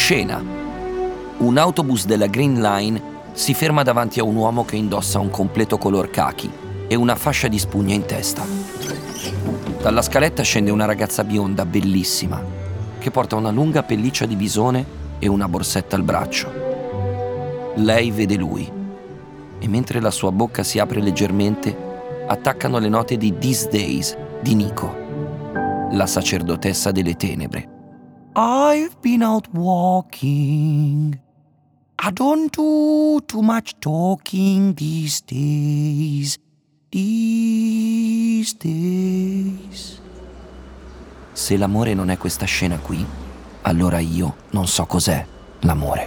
Scena. Un autobus della Green Line si ferma davanti a un uomo che indossa un completo color cachi e una fascia di spugna in testa. Dalla scaletta scende una ragazza bionda bellissima che porta una lunga pelliccia di bisone e una borsetta al braccio. Lei vede lui e mentre la sua bocca si apre leggermente attaccano le note di These Days di Nico, la sacerdotessa delle tenebre. I've been out walking. I don't do too much talking these days. These days. Se l'amore non è questa scena qui, allora io non so cos'è l'amore.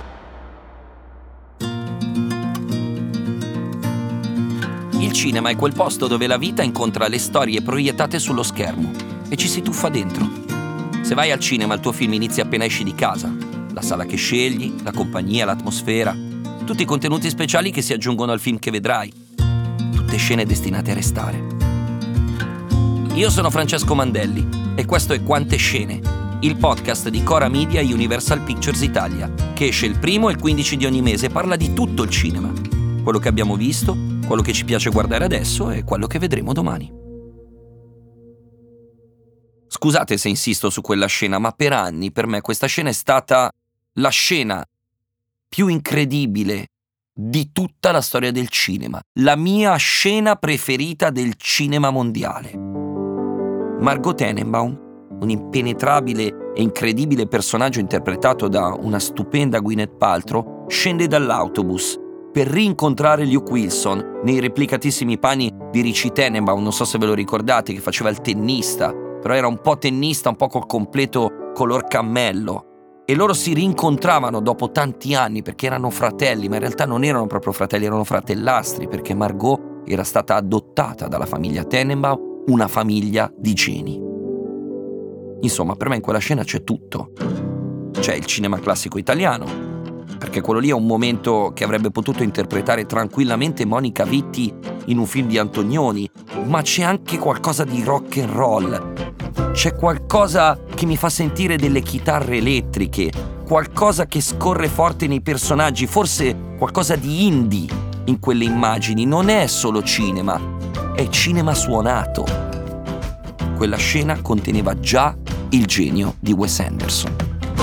Il cinema è quel posto dove la vita incontra le storie proiettate sullo schermo e ci si tuffa dentro. Se vai al cinema il tuo film inizia appena esci di casa. La sala che scegli, la compagnia, l'atmosfera, tutti i contenuti speciali che si aggiungono al film che vedrai. Tutte scene destinate a restare. Io sono Francesco Mandelli e questo è Quante Scene, il podcast di Cora Media e Universal Pictures Italia, che esce il 1° e il 15 di ogni mese e parla di tutto il cinema. Quello che abbiamo visto, quello che ci piace guardare adesso e quello che vedremo domani. Scusate se insisto su quella scena, ma per anni per me questa scena è stata la scena più incredibile di tutta la storia del cinema. La mia scena preferita del cinema mondiale. Margot Tenenbaum, un impenetrabile e incredibile personaggio interpretato da una stupenda Gwyneth Paltrow, scende dall'autobus per rincontrare Luke Wilson nei replicatissimi panni di Richie Tenenbaum, non so se ve lo ricordate, che faceva il tennista, però era un po' tennista, un po' col completo color cammello. E loro si rincontravano dopo tanti anni perché erano fratelli, ma in realtà non erano proprio fratelli, erano fratellastri, perché Margot era stata adottata dalla famiglia Tenenbaum, una famiglia di geni. Insomma, per me in quella scena c'è tutto. C'è il cinema classico italiano, perché quello lì è un momento che avrebbe potuto interpretare tranquillamente Monica Vitti in un film di Antonioni, ma c'è anche qualcosa di rock and roll. C'è qualcosa che mi fa sentire delle chitarre elettriche, qualcosa che scorre forte nei personaggi, forse qualcosa di indie in quelle immagini. Non è solo cinema, è cinema suonato. Quella scena conteneva già il genio di Wes Anderson.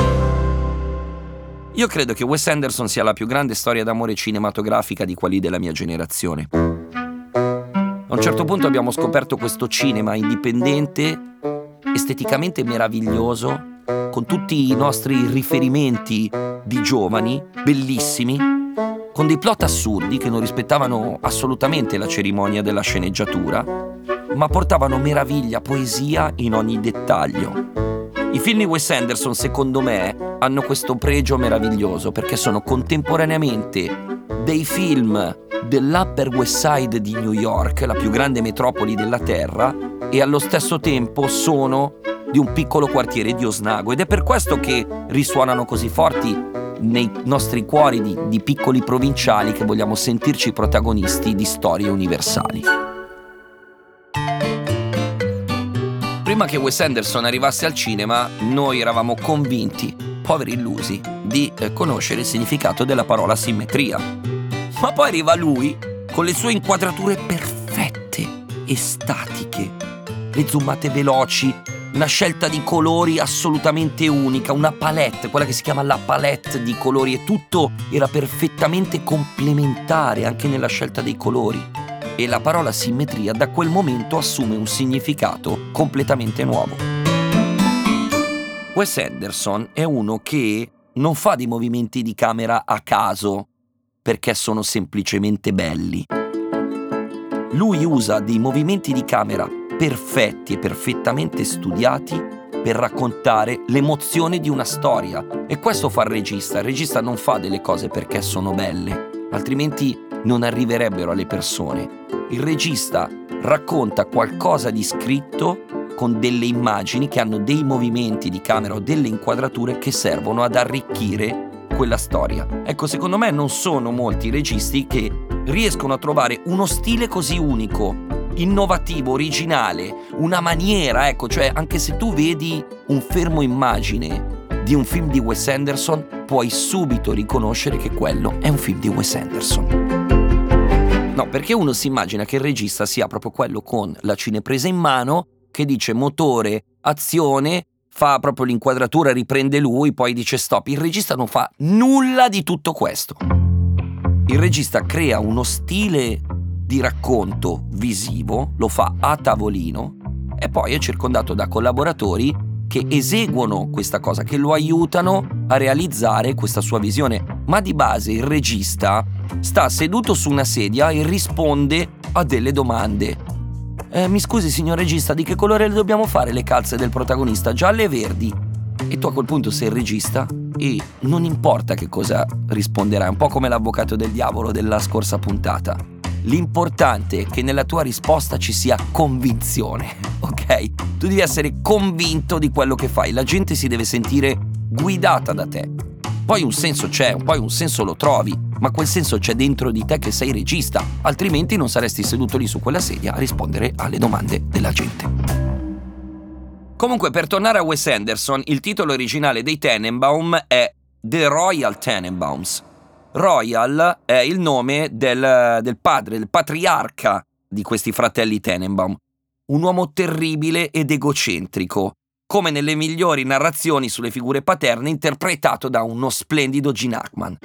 Io credo che Wes Anderson sia la più grande storia d'amore cinematografica di quelli della mia generazione. A un certo punto abbiamo scoperto questo cinema indipendente, esteticamente meraviglioso, con tutti i nostri riferimenti di giovani, bellissimi, con dei plot assurdi che non rispettavano assolutamente la cerimonia della sceneggiatura, ma portavano meraviglia, poesia in ogni dettaglio. I film di Wes Anderson, secondo me, hanno questo pregio meraviglioso perché sono contemporaneamente dei film dell'Upper West Side di New York, la più grande metropoli della terra, e allo stesso tempo sono di un piccolo quartiere di Osnago, ed è per questo che risuonano così forti nei nostri cuori di piccoli provinciali che vogliamo sentirci protagonisti di storie universali. Prima che Wes Anderson arrivasse al cinema, noi eravamo convinti, poveri illusi, di conoscere il significato della parola simmetria. Ma poi arriva lui con le sue inquadrature perfette, estatiche, le zoomate veloci, una scelta di colori assolutamente unica, una palette, quella che si chiama la palette di colori, e tutto era perfettamente complementare anche nella scelta dei colori. E la parola simmetria da quel momento assume un significato completamente nuovo. Wes Anderson è uno che non fa dei movimenti di camera a caso perché sono semplicemente belli. Lui usa dei movimenti di camera perfetti e perfettamente studiati per raccontare l'emozione di una storia. E questo fa il regista. Il regista non fa delle cose perché sono belle, altrimenti non arriverebbero alle persone. Il regista racconta qualcosa di scritto con delle immagini che hanno dei movimenti di camera o delle inquadrature che servono ad arricchire quella storia. Ecco, secondo me non sono molti i registi che riescono a trovare uno stile così unico, innovativo, originale, una maniera, ecco, cioè anche se tu vedi un fermo immagine di un film di Wes Anderson, puoi subito riconoscere che quello è un film di Wes Anderson. No, perché uno si immagina che il regista sia proprio quello con la cinepresa in mano, che dice motore, azione, fa proprio l'inquadratura, riprende lui, poi dice stop. Il regista non fa nulla di tutto questo. Il regista crea uno stile di racconto visivo, lo fa a tavolino e poi è circondato da collaboratori che eseguono questa cosa, che lo aiutano a realizzare questa sua visione. Ma di base il regista sta seduto su una sedia e risponde a delle domande. Mi scusi signor regista, di che colore le dobbiamo fare le calze del protagonista, gialle e verdi? E tu a quel punto sei il regista e non importa che cosa risponderai, un po' come l'avvocato del diavolo della scorsa puntata. L'importante è che nella tua risposta ci sia convinzione, ok? Tu devi essere convinto di quello che fai, la gente si deve sentire guidata da te. Poi un senso c'è, poi un senso lo trovi, ma quel senso c'è dentro di te che sei regista, altrimenti non saresti seduto lì su quella sedia a rispondere alle domande della gente. Comunque, per tornare a Wes Anderson, il titolo originale dei Tenenbaum è The Royal Tenenbaums. Royal è il nome del padre, del patriarca di questi fratelli Tenenbaum. Un uomo terribile ed egocentrico, come nelle migliori narrazioni sulle figure paterne interpretato da uno splendido Gene Hackman.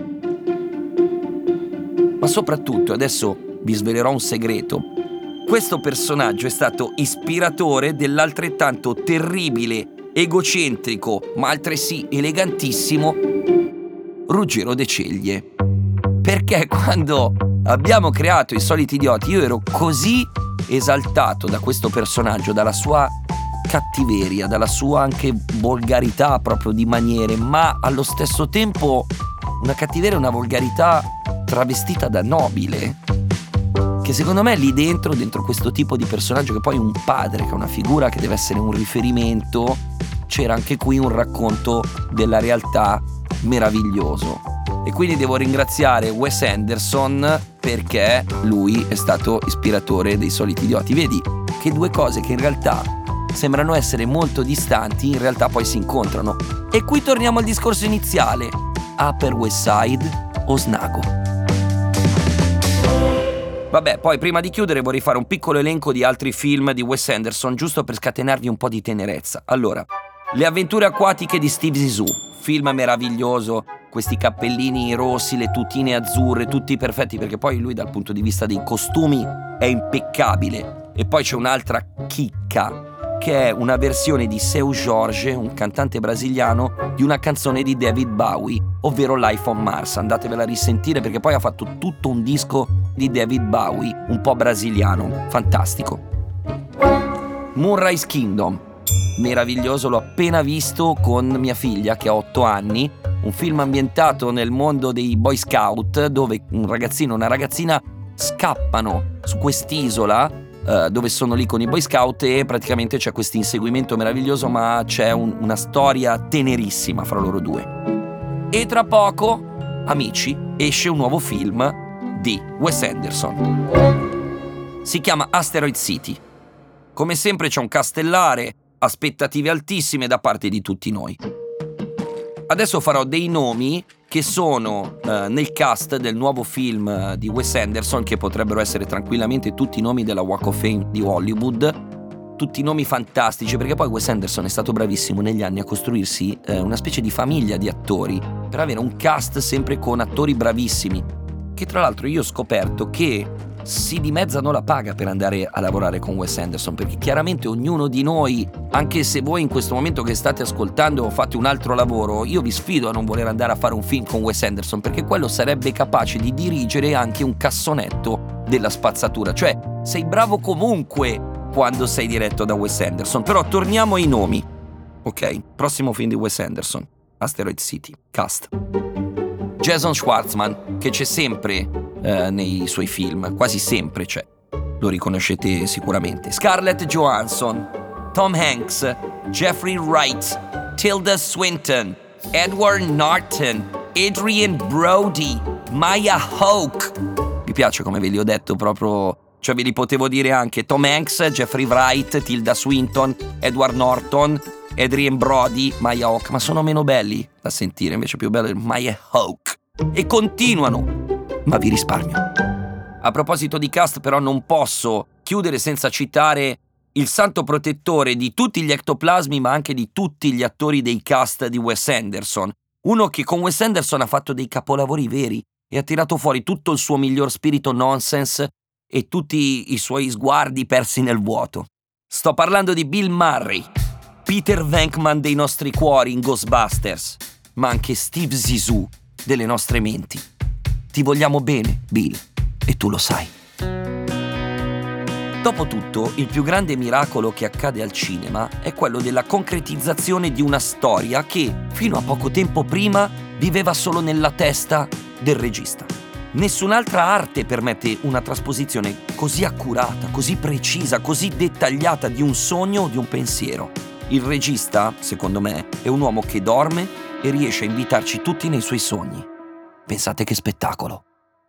Ma soprattutto, adesso vi svelerò un segreto, questo personaggio è stato ispiratore dell'altrettanto terribile, egocentrico, ma altresì elegantissimo Ruggero De Ceglie. Perché quando abbiamo creato I Soliti Idioti io ero così esaltato da questo personaggio, dalla sua cattiveria, dalla sua anche volgarità proprio di maniere, ma allo stesso tempo una cattiveria e una volgarità travestita da nobile, che secondo me lì dentro questo tipo di personaggio, che poi è un padre, che è una figura che deve essere un riferimento, c'era anche qui un racconto della realtà meraviglioso. E quindi devo ringraziare Wes Anderson perché lui è stato ispiratore dei Soliti Idioti. Vedi che due cose che in realtà sembrano essere molto distanti, in realtà poi si incontrano. E qui torniamo al discorso iniziale: Upper West Side o Snago? Vabbè, poi prima di chiudere vorrei fare un piccolo elenco di altri film di Wes Anderson, giusto per scatenarvi un po' di tenerezza. Allora, Le avventure acquatiche di Steve Zissou, film meraviglioso, questi cappellini rossi, le tutine azzurre, tutti perfetti, perché poi lui dal punto di vista dei costumi è impeccabile. E poi c'è un'altra chicca, che è una versione di Seu Jorge, un cantante brasiliano, di una canzone di David Bowie, ovvero Life on Mars. Andatevela a risentire perché poi ha fatto tutto un disco di David Bowie, un po' brasiliano, fantastico. Moonrise Kingdom, meraviglioso, l'ho appena visto con mia figlia che ha 8 anni, un film ambientato nel mondo dei Boy Scout, dove un ragazzino e una ragazzina scappano su quest'isola dove sono lì con i Boy Scout e praticamente c'è questo inseguimento meraviglioso, ma c'è una storia tenerissima fra loro due. E tra poco, amici, esce un nuovo film di Wes Anderson. Si chiama Asteroid City. Come sempre c'è un castellare, aspettative altissime da parte di tutti noi. Adesso farò dei nomi che sono nel cast del nuovo film di Wes Anderson, che potrebbero essere tranquillamente tutti i nomi della Walk of Fame di Hollywood, tutti nomi fantastici, perché poi Wes Anderson è stato bravissimo negli anni a costruirsi una specie di famiglia di attori, per avere un cast sempre con attori bravissimi, che tra l'altro io ho scoperto che si dimezzano la paga per andare a lavorare con Wes Anderson, perché chiaramente ognuno di noi, anche se voi in questo momento che state ascoltando fate un altro lavoro, io vi sfido a non voler andare a fare un film con Wes Anderson, perché quello sarebbe capace di dirigere anche un cassonetto della spazzatura, cioè sei bravo comunque quando sei diretto da Wes Anderson. Però torniamo ai nomi. Ok, prossimo film di Wes Anderson, Asteroid City, cast. Jason Schwartzman, che c'è sempre nei suoi film, quasi sempre c'è, lo riconoscete sicuramente. Scarlett Johansson, Tom Hanks, Jeffrey Wright, Tilda Swinton, Edward Norton, Adrian Brody, Maya Hawke. Mi piace come ve li ho detto proprio, cioè ve li potevo dire anche Tom Hanks, Jeffrey Wright, Tilda Swinton, Edward Norton, Adrien Brody, Maya Hawke, ma sono meno belli da sentire, invece più bello è Maya Hawke. E continuano, ma vi risparmio. A proposito di cast, però, non posso chiudere senza citare il santo protettore di tutti gli ectoplasmi, ma anche di tutti gli attori dei cast di Wes Anderson. Uno che con Wes Anderson ha fatto dei capolavori veri e ha tirato fuori tutto il suo miglior spirito nonsense e tutti i suoi sguardi persi nel vuoto. Sto parlando di Bill Murray, Peter Venkman dei nostri cuori in Ghostbusters, ma anche Steve Zissou delle nostre menti. Ti vogliamo bene, Bill, e tu lo sai. Dopotutto, il più grande miracolo che accade al cinema è quello della concretizzazione di una storia che, fino a poco tempo prima, viveva solo nella testa del regista. Nessun'altra arte permette una trasposizione così accurata, così precisa, così dettagliata di un sogno o di un pensiero. Il regista, secondo me, è un uomo che dorme e riesce a invitarci tutti nei suoi sogni. Pensate che spettacolo!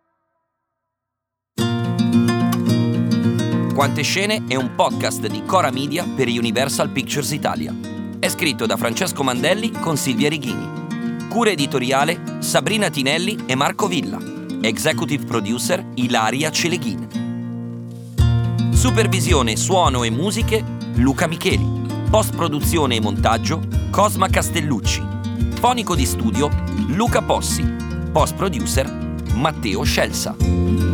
Quante Scene è un podcast di Cora Media per Universal Pictures Italia. È scritto da Francesco Mandelli con Silvia Righini. Cura editoriale Sabrina Tinelli e Marco Villa. Executive producer Ilaria Celeghin. Supervisione, suono e musiche Luca Micheli. Post-produzione e montaggio Cosma Castellucci. Fonico di studio Luca Possi. Post-producer Matteo Scelsa.